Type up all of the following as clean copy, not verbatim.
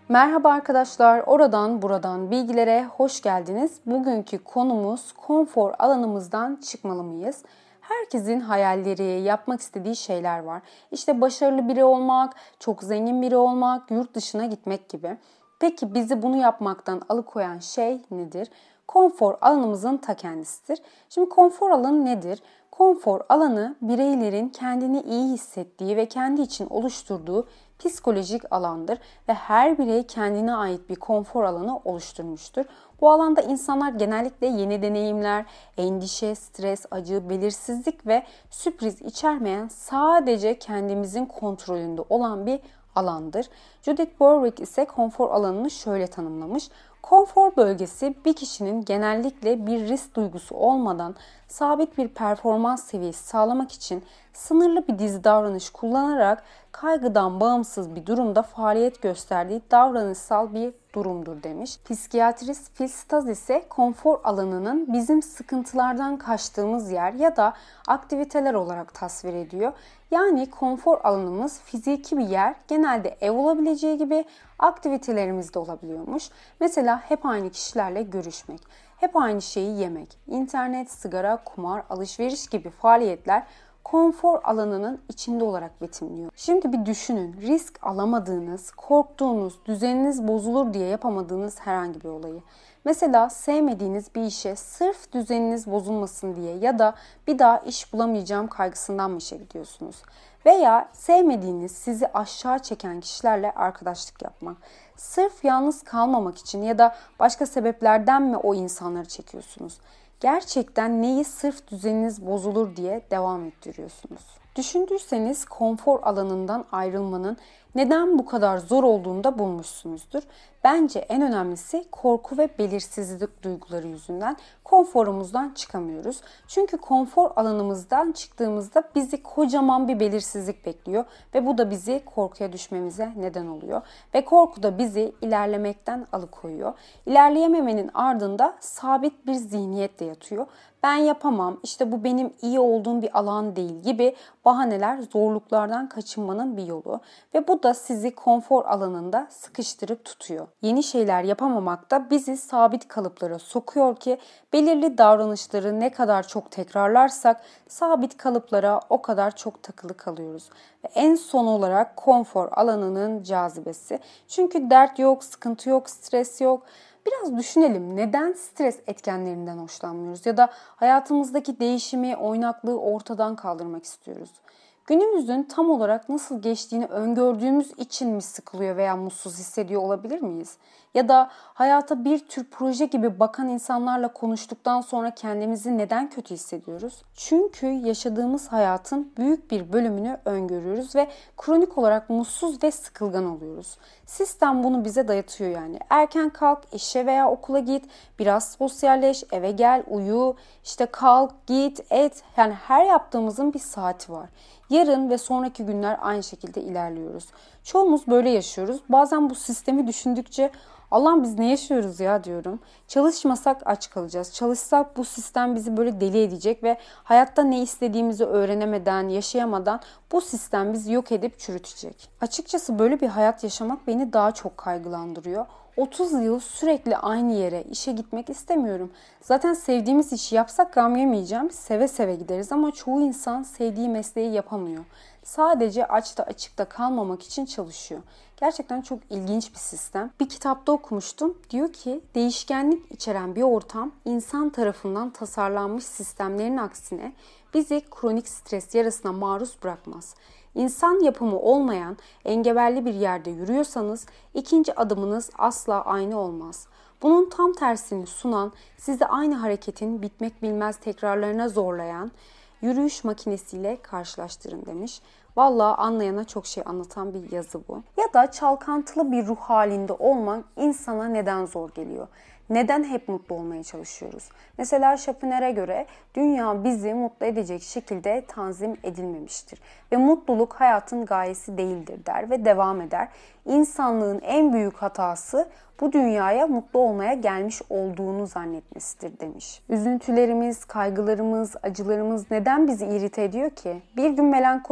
Merhaba arkadaşlar, oradan buradan bilgilere hoş geldiniz. Bugünkü konumuz konfor alanımızdan çıkmalı mıyız? Herkesin hayalleri, yapmak istediği şeyler var. İşte başarılı biri olmak, çok zengin biri olmak, yurt dışına gitmek gibi. Peki bizi bunu yapmaktan alıkoyan şey nedir? Konfor alanımızın ta kendisidir. Şimdi konfor alanı nedir? Konfor alanı bireylerin kendini iyi hissettiği ve kendi için oluşturduğu psikolojik alandır ve her birey kendine ait bir konfor alanı oluşturmuştur. Bu alanda insanlar genellikle yeni deneyimler, endişe, stres, acı, belirsizlik ve sürpriz içermeyen sadece kendimizin kontrolünde olan bir alandır. Judith Burwick ise konfor alanını şöyle tanımlamış. Konfor bölgesi bir kişinin genellikle bir risk duygusu olmadan sabit bir performans seviyesi sağlamak için sınırlı bir dizi davranış kullanarak kaygıdan bağımsız bir durumda faaliyet gösterdiği davranışsal bir durumdur demiş. Psikiyatrist Phil Staz ise konfor alanının bizim sıkıntılardan kaçtığımız yer ya da aktiviteler olarak tasvir ediyor. Yani konfor alanımız fiziki bir yer, genelde ev olabileceği gibi aktivitelerimiz de olabiliyormuş. Mesela hep aynı kişilerle görüşmek, hep aynı şeyi yemek, internet, sigara, kumar, alışveriş gibi faaliyetler konfor alanının içinde olarak betimliyor. Şimdi bir düşünün, risk alamadığınız, korktuğunuz, düzeniniz bozulur diye yapamadığınız herhangi bir olayı. Mesela sevmediğiniz bir işe sırf düzeniniz bozulmasın diye ya da bir daha iş bulamayacağım kaygısından mı işe gidiyorsunuz? Veya sevmediğiniz, sizi aşağı çeken kişilerle arkadaşlık yapmak. Sırf yalnız kalmamak için ya da başka sebeplerden mi o insanları çekiyorsunuz? Gerçekten neyi sırf düzeniniz bozulur diye devam ettiriyorsunuz? Düşündüyseniz konfor alanından ayrılmanın neden bu kadar zor olduğunu da bulmuşsunuzdur. Bence en önemlisi korku ve belirsizlik duyguları yüzünden konforumuzdan çıkamıyoruz. Çünkü konfor alanımızdan çıktığımızda bizi kocaman bir belirsizlik bekliyor ve bu da bizi korkuya düşmemize neden oluyor. Ve korku da bizi ilerlemekten alıkoyuyor. İlerleyememenin ardında sabit bir zihniyet de yatıyor. Ben yapamam, işte bu benim iyi olduğum bir alan değil gibi bahaneler zorluklardan kaçınmanın bir yolu. Ve bu da sizi konfor alanında sıkıştırıp tutuyor. Yeni şeyler yapamamak da bizi sabit kalıplara sokuyor ki belirli davranışları ne kadar çok tekrarlarsak sabit kalıplara o kadar çok takılı kalıyoruz. Ve en son olarak konfor alanının cazibesi. Çünkü dert yok, sıkıntı yok, stres yok. Biraz düşünelim, neden stres etkenlerinden hoşlanmıyoruz ya da hayatımızdaki değişimi, oynaklığı ortadan kaldırmak istiyoruz? Günümüzün tam olarak nasıl geçtiğini öngördüğümüz için mi sıkılıyor veya mutsuz hissediyor olabilir miyiz? Ya da hayata bir tür proje gibi bakan insanlarla konuştuktan sonra kendimizi neden kötü hissediyoruz? Çünkü yaşadığımız hayatın büyük bir bölümünü öngörüyoruz ve kronik olarak mutsuz ve sıkılgan oluyoruz. Sistem bunu bize dayatıyor yani. Erken kalk, işe veya okula git, biraz sosyalleş, eve gel, uyu, işte kalk, git, et. Yani her yaptığımızın bir saati var. Yarın ve sonraki günler aynı şekilde ilerliyoruz. Çoğumuz böyle yaşıyoruz. Bazen bu sistemi düşündükçe Allah'ım biz ne yaşıyoruz ya diyorum. Çalışmasak aç kalacağız. Çalışsak bu sistem bizi böyle deli edecek ve hayatta ne istediğimizi öğrenemeden, yaşayamadan bu sistem bizi yok edip çürütecek. Açıkçası böyle bir hayat yaşamak beni daha çok kaygılandırıyor. 30 yıl sürekli aynı yere, işe gitmek istemiyorum. Zaten sevdiğimiz işi yapsak gam yemeyeceğim. Seve seve gideriz ama çoğu insan sevdiği mesleği yapamıyor. Sadece açta açıkta kalmamak için çalışıyor. Gerçekten çok ilginç bir sistem. Bir kitapta okumuştum. Diyor ki değişkenlik içeren bir ortam insan tarafından tasarlanmış sistemlerin aksine bizi kronik stres yarasına maruz bırakmaz. İnsan yapımı olmayan engebelli bir yerde yürüyorsanız ikinci adımınız asla aynı olmaz. Bunun tam tersini sunan, sizi aynı hareketin bitmek bilmez tekrarlarına zorlayan yürüyüş makinesiyle karşılaştırın demiş. Vallahi anlayana çok şey anlatan bir yazı bu. Ya da çalkantılı bir ruh halinde olmak insana neden zor geliyor? Neden hep mutlu olmaya çalışıyoruz? Mesela Schopenhauer'e göre dünya bizi mutlu edecek şekilde tanzim edilmemiştir. Ve mutluluk hayatın gayesi değildir der ve devam eder. İnsanlığın en büyük hatası bu dünyaya mutlu olmaya gelmiş olduğunu zannetmesidir demiş. Üzüntülerimiz, kaygılarımız, acılarımız neden bizi irite ediyor ki? Bir gün melankolik oluruz.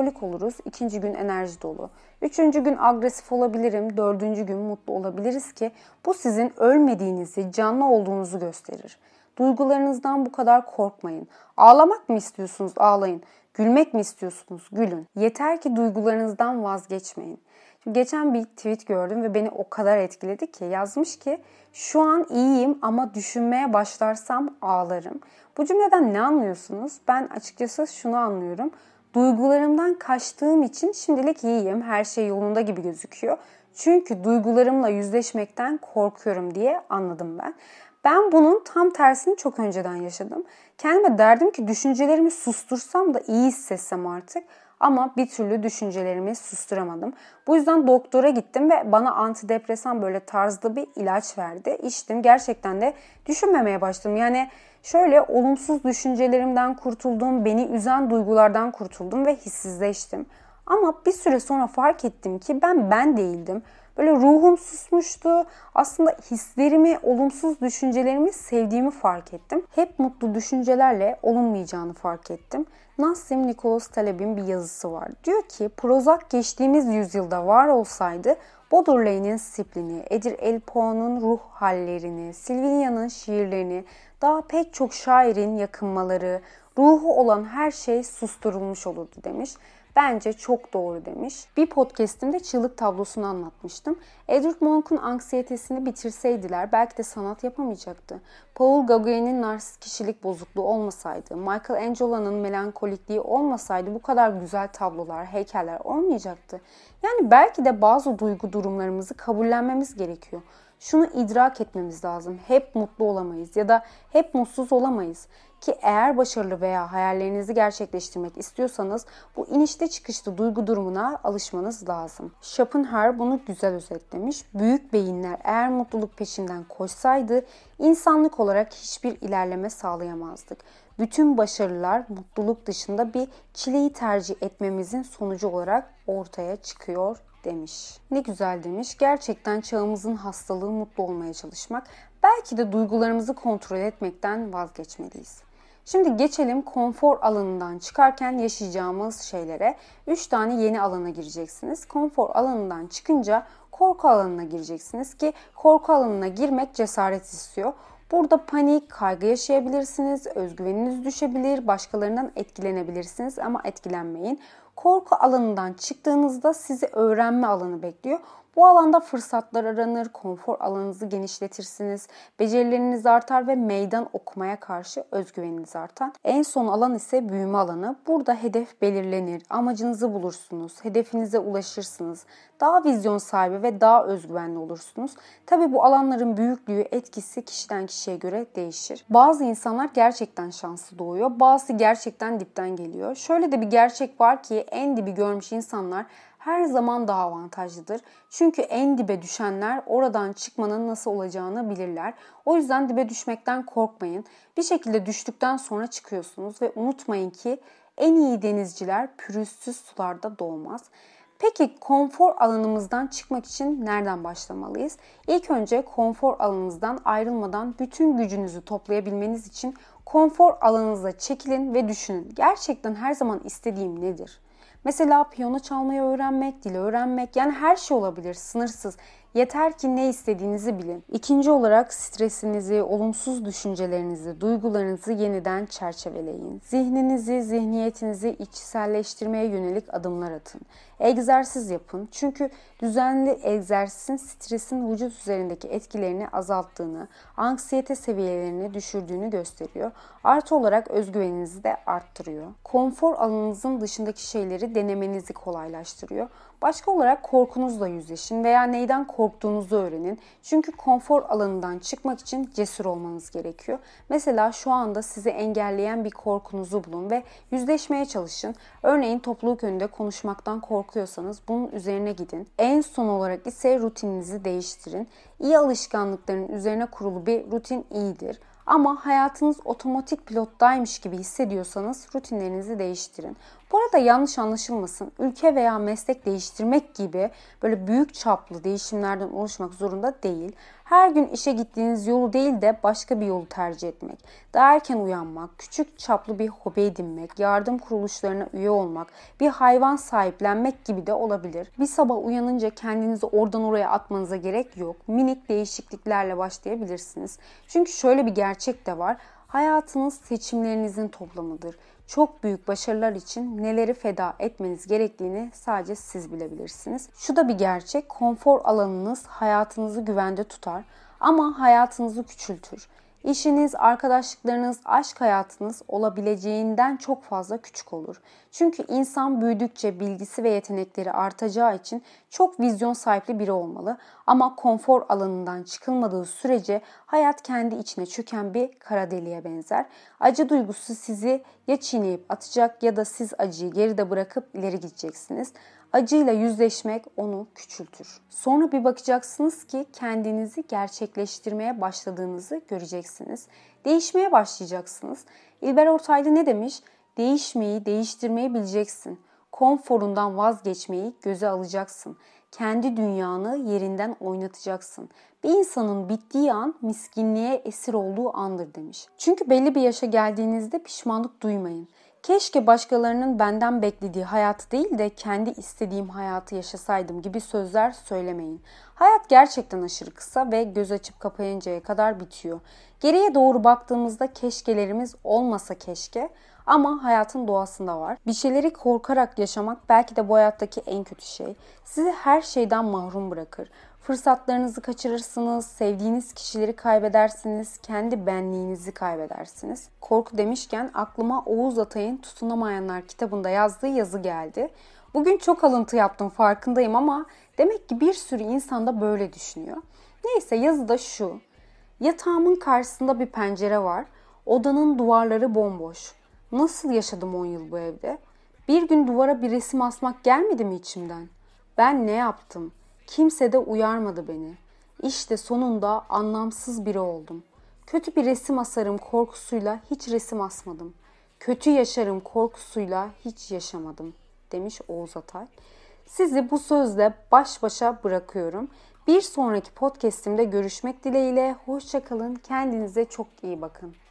oluyoruz. 2. gün enerji dolu. 3. gün agresif olabilirim. 4. gün mutlu olabiliriz ki bu sizin ölmediğinizi, canlı olduğunuzu gösterir. Duygularınızdan bu kadar korkmayın. Ağlamak mı istiyorsunuz? Ağlayın. Gülmek mi istiyorsunuz? Gülün. Yeter ki duygularınızdan vazgeçmeyin. Geçen bir tweet gördüm ve beni o kadar etkiledi ki yazmış ki şu an iyiyim ama düşünmeye başlarsam ağlarım. Bu cümleden ne anlıyorsunuz? Ben açıkçası şunu anlıyorum. Duygularımdan kaçtığım için şimdilik iyiyim, her şey yolunda gibi gözüküyor. Çünkü duygularımla yüzleşmekten korkuyorum diye anladım ben. Ben bunun tam tersini çok önceden yaşadım. Kendime derdim ki düşüncelerimi sustursam da iyi hissetsem artık. Ama bir türlü düşüncelerimi susturamadım. Bu yüzden doktora gittim ve bana antidepresan böyle tarzda bir ilaç verdi. İçtim. Gerçekten de düşünmemeye başladım. Yani şöyle olumsuz düşüncelerimden kurtuldum, beni üzen duygulardan kurtuldum ve hissizleştim. Ama bir süre sonra fark ettim ki ben değildim. Böyle ruhum susmuştu. Aslında hislerimi, olumsuz düşüncelerimi sevdiğimi fark ettim. Hep mutlu düşüncelerle olunmayacağını fark ettim. Nassim Nicholas Taleb'in bir yazısı var. Diyor ki Prozac geçtiğimiz yüzyılda var olsaydı Baudelaire Siplin'i, Edgar Allan Poe'nun ruh hallerini, Silvinia'nın şiirlerini, daha pek çok şairin yakınmaları, ruhu olan her şey susturulmuş olurdu demiş. Bence çok doğru demiş. Bir podcastimde çığlık tablosunu anlatmıştım. Edward Munch'un anksiyetesini bitirseydiler belki de sanat yapamayacaktı. Paul Gauguin'in narsist kişilik bozukluğu olmasaydı, Michelangelo'nun melankolikliği olmasaydı bu kadar güzel tablolar, heykeller olmayacaktı. Yani belki de bazı duygu durumlarımızı kabullenmemiz gerekiyor. Şunu idrak etmemiz lazım. Hep mutlu olamayız ya da hep mutsuz olamayız. Ki eğer başarılı veya hayallerinizi gerçekleştirmek istiyorsanız bu inişte çıkışlı duygu durumuna alışmanız lazım. Schopenhauer bunu güzel özetlemiş. Büyük beyinler eğer mutluluk peşinden koşsaydı insanlık olarak hiçbir ilerleme sağlayamazdık. Bütün başarılar mutluluk dışında bir çileyi tercih etmemizin sonucu olarak ortaya çıkıyor demiş. Ne güzel demiş. Gerçekten çağımızın hastalığı mutlu olmaya çalışmak. Belki de duygularımızı kontrol etmekten vazgeçmeliyiz. Şimdi geçelim konfor alanından çıkarken yaşayacağımız şeylere. 3 tane yeni alana gireceksiniz. Konfor alanından çıkınca korku alanına gireceksiniz ki korku alanına girmek cesaret istiyor. Burada panik, kaygı yaşayabilirsiniz, özgüveniniz düşebilir, başkalarından etkilenebilirsiniz ama etkilenmeyin. Korku alanından çıktığınızda sizi öğrenme alanı bekliyor. Bu alanda fırsatlar aranır, konfor alanınızı genişletirsiniz, becerileriniz artar ve meydan okumaya karşı özgüveniniz artar. En son alan ise büyüme alanı. Burada hedef belirlenir, amacınızı bulursunuz, hedefinize ulaşırsınız. Daha vizyon sahibi ve daha özgüvenli olursunuz. Tabii bu alanların büyüklüğü, etkisi kişiden kişiye göre değişir. Bazı insanlar gerçekten şanslı doğuyor, bazısı gerçekten dipten geliyor. Şöyle de bir gerçek var ki en dibi görmüş insanlar her zaman daha avantajlıdır. Çünkü en dibe düşenler oradan çıkmanın nasıl olacağını bilirler. O yüzden dibe düşmekten korkmayın. Bir şekilde düştükten sonra çıkıyorsunuz ve unutmayın ki en iyi denizciler pürüzsüz sularda doğmaz. Peki konfor alanımızdan çıkmak için nereden başlamalıyız? İlk önce konfor alanınızdan ayrılmadan bütün gücünüzü toplayabilmeniz için konfor alanınıza çekilin ve düşünün. Gerçekten her zaman istediğim nedir? Mesela piyano çalmayı öğrenmek, dil öğrenmek, yani her şey olabilir, sınırsız. Yeter ki ne istediğinizi bilin. İkinci olarak stresinizi, olumsuz düşüncelerinizi, duygularınızı yeniden çerçeveleyin. Zihninizi, zihniyetinizi içselleştirmeye yönelik adımlar atın. Egzersiz yapın. Çünkü düzenli egzersizin stresin vücut üzerindeki etkilerini azalttığını, anksiyete seviyelerini düşürdüğünü gösteriyor. Artı olarak özgüveninizi de arttırıyor. Konfor alanınızın dışındaki şeyleri denemenizi kolaylaştırıyor. Başka olarak korkunuzla yüzleşin veya neyden korktuğunuzu öğrenin. Çünkü konfor alanından çıkmak için cesur olmanız gerekiyor. Mesela şu anda sizi engelleyen bir korkunuzu bulun ve yüzleşmeye çalışın. Örneğin topluluk önünde konuşmaktan korkuyorsanız bunun üzerine gidin. En son olarak ise rutininizi değiştirin. İyi alışkanlıkların üzerine kurulu bir rutin iyidir. Ama hayatınız otomatik pilottaymış gibi hissediyorsanız rutinlerinizi değiştirin. Bu arada yanlış anlaşılmasın, ülke veya meslek değiştirmek gibi böyle büyük çaplı değişimlerden oluşmak zorunda değil. Her gün işe gittiğiniz yolu değil de başka bir yolu tercih etmek, daha erken uyanmak, küçük çaplı bir hobi edinmek, yardım kuruluşlarına üye olmak, bir hayvan sahiplenmek gibi de olabilir. Bir sabah uyanınca kendinizi oradan oraya atmanıza gerek yok. Minik değişikliklerle başlayabilirsiniz. Çünkü şöyle bir gerçek de var. Hayatınız seçimlerinizin toplamıdır. Çok büyük başarılar için neleri feda etmeniz gerektiğini sadece siz bilebilirsiniz. Şu da bir gerçek, konfor alanınız hayatınızı güvende tutar ama hayatınızı küçültür. İşiniz, arkadaşlıklarınız, aşk hayatınız olabileceğinden çok fazla küçük olur. Çünkü insan büyüdükçe bilgisi ve yetenekleri artacağı için çok vizyon sahibi biri olmalı. Ama konfor alanından çıkılmadığı sürece hayat kendi içine çöken bir kara deliğe benzer. Acı duygusu sizi ya çiğneyip atacak ya da siz acıyı geride bırakıp ileri gideceksiniz. Acıyla yüzleşmek onu küçültür. Sonra bir bakacaksınız ki kendinizi gerçekleştirmeye başladığınızı göreceksiniz. Değişmeye başlayacaksınız. İlber Ortaylı ne demiş? Değişmeyi, değiştirmeyi bileceksin. Konforundan vazgeçmeyi göze alacaksın. Kendi dünyanı yerinden oynatacaksın. Bir insanın bittiği an miskinliğe esir olduğu andır demiş. Çünkü belli bir yaşa geldiğinizde pişmanlık duymayın. Keşke başkalarının benden beklediği hayatı değil de kendi istediğim hayatı yaşasaydım gibi sözler söylemeyin. Hayat gerçekten aşırı kısa ve göz açıp kapayıncaya kadar bitiyor. Geriye doğru baktığımızda keşkelerimiz olmasa keşke ama hayatın doğasında var. Bir şeyleri korkarak yaşamak belki de bu hayattaki en kötü şey. Sizi her şeyden mahrum bırakır. Fırsatlarınızı kaçırırsınız, sevdiğiniz kişileri kaybedersiniz, kendi benliğinizi kaybedersiniz. Korku demişken aklıma Oğuz Atay'ın Tutunamayanlar kitabında yazdığı yazı geldi. Bugün çok alıntı yaptım farkındayım ama demek ki bir sürü insan da böyle düşünüyor. Neyse yazıda şu. Yatağımın karşısında bir pencere var. Odanın duvarları bomboş. Nasıl yaşadım 10 yıl bu evde? Bir gün duvara bir resim asmak gelmedi mi içimden? Ben ne yaptım? Kimse de uyarmadı beni. İşte sonunda anlamsız biri oldum. Kötü bir resim asarım korkusuyla hiç resim asmadım. Kötü yaşarım korkusuyla hiç yaşamadım, demiş Oğuz Atay. Sizi bu sözle baş başa bırakıyorum. Bir sonraki podcast'imde görüşmek dileğiyle. Hoşça kalın. Kendinize çok iyi bakın.